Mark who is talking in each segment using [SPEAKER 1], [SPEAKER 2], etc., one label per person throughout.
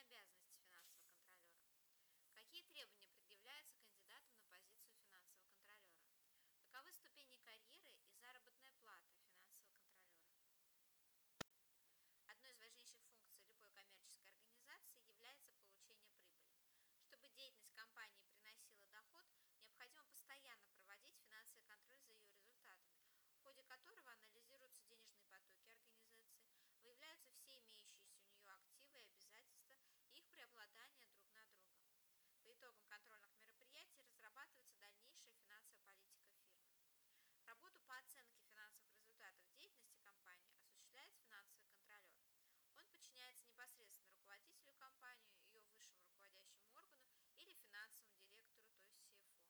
[SPEAKER 1] обязанности финансового контролера. Какие требования предъявляются кандидатам на позицию финансового контролера? Каковы ступени карьеры и заработная плата финансового контролера? Одной из важнейших функций любой коммерческой организации является получение прибыли. Чтобы деятельность компании приносила доход, необходимо постоянно проводить финансовый контроль за ее результатами, в ходе которого анализируются денежные потоки организации, выявляются все имеющиеся у нее активы и обязательства и их преобладание друг на друга. По итогам контрольных мероприятий разрабатывается дальнейшая финансовая политика фирмы. Работу по оценке финансовых результатов деятельности компании осуществляет финансовый контролер. Он подчиняется непосредственно руководителю компании, ее высшему руководящему органу или финансовому директору, то есть CFO.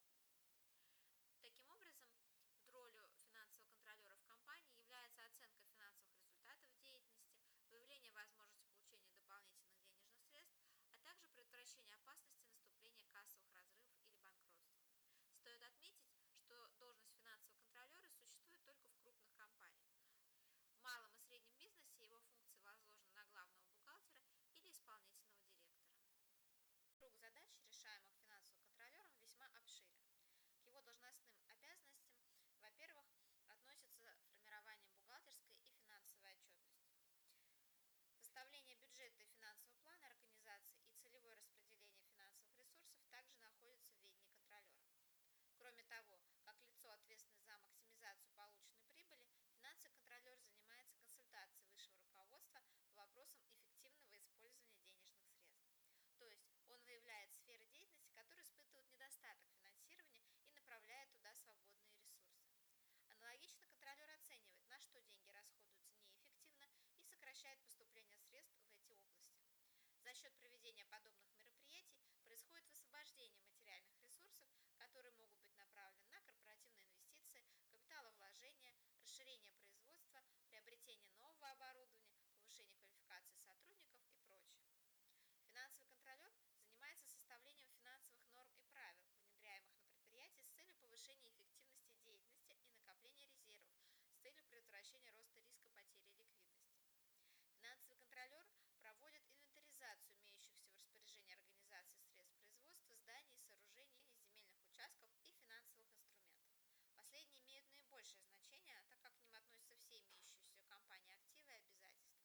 [SPEAKER 1] Таким образом, ролью финансового контролера в компании является оценка финансовых результатов деятельности, выявление возможности получения дополнительных денежных средств, а также предотвращение опасности наступления кассовых разрывов или банкротства. Стоит отметить, что должность финансового контролера существует только в крупных компаниях. В малом и среднем бизнесе его функции возложены на главного бухгалтера или исполнительного директора. Круг задач, решаемых финансовым контролером, весьма обширен. К его должностным обязанностям, во-первых, относятся формирование бухгалтерской и финансовой отчетности, составление бюджета и финансового плана организации и целевое распределение финансовых ресурсов также находятся в ведении контролера. Кроме того, как лицо, ответственное за максимизацию полученной прибыли, финансовый контролер занимается консультацией высшего руководства по вопросам эффективного использования денежных средств. То есть он выявляет сферы деятельности, которые испытывают недостаток финансирования и направляет туда свободные ресурсы. Аналогично контролер оценивает, на что деньги расходуются неэффективно и сокращает поступление средств в эти области. За счет проведения подобных мероприятий происходит высвобождение материальных ресурсов, которые могут быть направлены на корпоративные инвестиции, капиталовложения, расширение производства, приобретение нового оборудования, повышение квалификации сотрудников и прочее. Финансовый контролер занимается составлением финансовых норм и правил, внедряемых на предприятии с целью повышения эффективности деятельности и накопления резервов, с целью предотвращения роста риска потери ликвидности. Финансовый контролер проводит инвентаризацию имеющихся в распоряжении организации средств производства, зданий, сооружений, земельных участков и финансовых инструментов. Последние имеют наибольшее значение, так как к ним относятся все имеющиеся у компании активы и обязательства.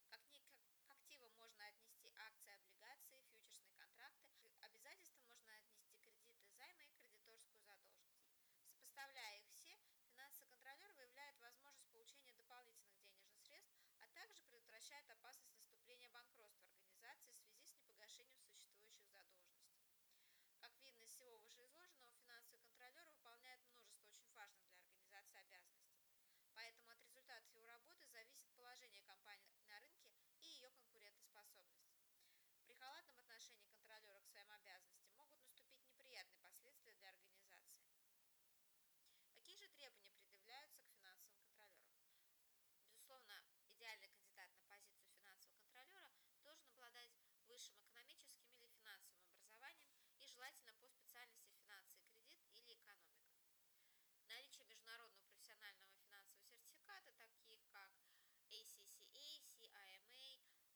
[SPEAKER 1] К активам можно отнести акции, облигации, фьючерсные контракты, к обязательствам можно отнести кредиты, займы и кредиторскую задолженность. Сопоставляя их все, финансовый контролер выявляет возможность получения дополнительных денежных средств, а также предотвращает опасность наступления банкротства организации в связи с непогашением существующих задолженностей. Как видно из всего вышеизложенного, финансовый контролер выполняет множество очень важных для организации обязанностей. Поэтому от результатов его работы зависит положение компании на рынке и ее конкурентоспособность. При халатном отношении контролера к своим обязанностям могут наступить неприятные последствия для организации. Какие же требования предъявляются к финансовым контролерам? Безусловно, идеальный кандидат на позицию финансового контролера должен обладать высшим экономическим или финансовым образованием и желательно по специальности финансы и кредит или экономика. Наличие международного профессионального финансового сертификата, таких как ACCA, CIMA,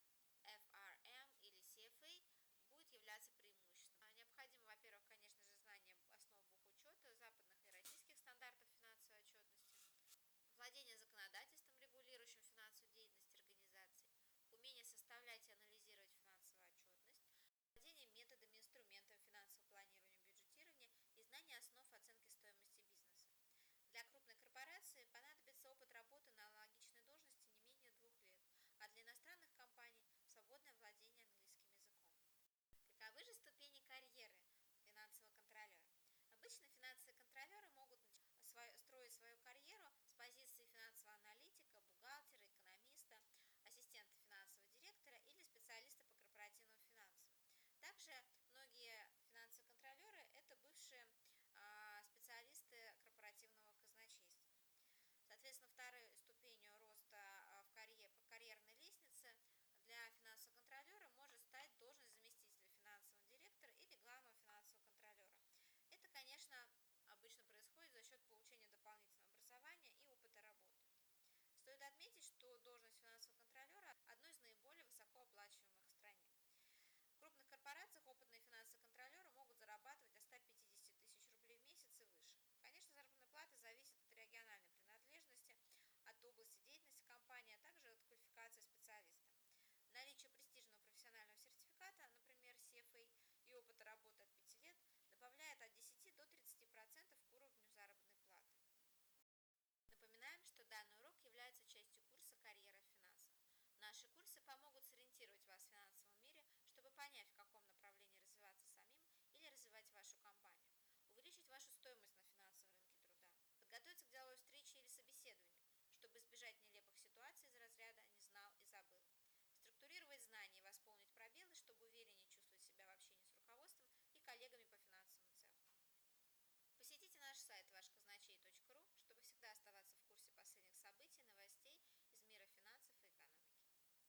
[SPEAKER 1] FRM или CFA, будет являться преимуществом. Необходимо, во-первых, конечно же, знание основ бухучета, западных и российских стандартов финансовой отчетности, владение законодательством, регулирующим финансовую деятельность организаций, умение составлять и анализировать финансовую отчетность, владение методами и инструментами финансового планирования и бюджетирования и знание основ оценки стоимости бизнеса. Для крупной корпорации понадобится опыт работы на аналогичной должности не менее 2 лет, а для иностранных компаний – свободное владение английским языком. Каковы же ступени карьеры финансового контролера? Обычно финансовые контролеры могут строить свою карьеру с позиции финансового аналитика, бухгалтера, экономиста, ассистента финансового директора или специалиста по корпоративным финансам. Также многие финансовые контролеры – это бывшие специалисты корпоративного казначейства. Соответственно, второй ступенью роста по карьерной лестнице для финансового контролера может стать должность заместителя финансового директора или главного финансового контролера. Это, конечно, обычно происходит за счет получения дополнительного образования и опыта работы. Стоит отметить, что должность финансового контролера – одно из наиболее высокооплачиваемых в стране. составляет от 10 до 30% к уровню заработной платы. Напоминаем, что данный урок является частью курса «Карьера в финансах». Наши курсы помогут сориентировать вас в финансовом мире, чтобы понять, в каком направлении развиваться самим или развивать вашу компанию, увеличить вашу стоимость на финансовом рынке труда, подготовиться к деловой встрече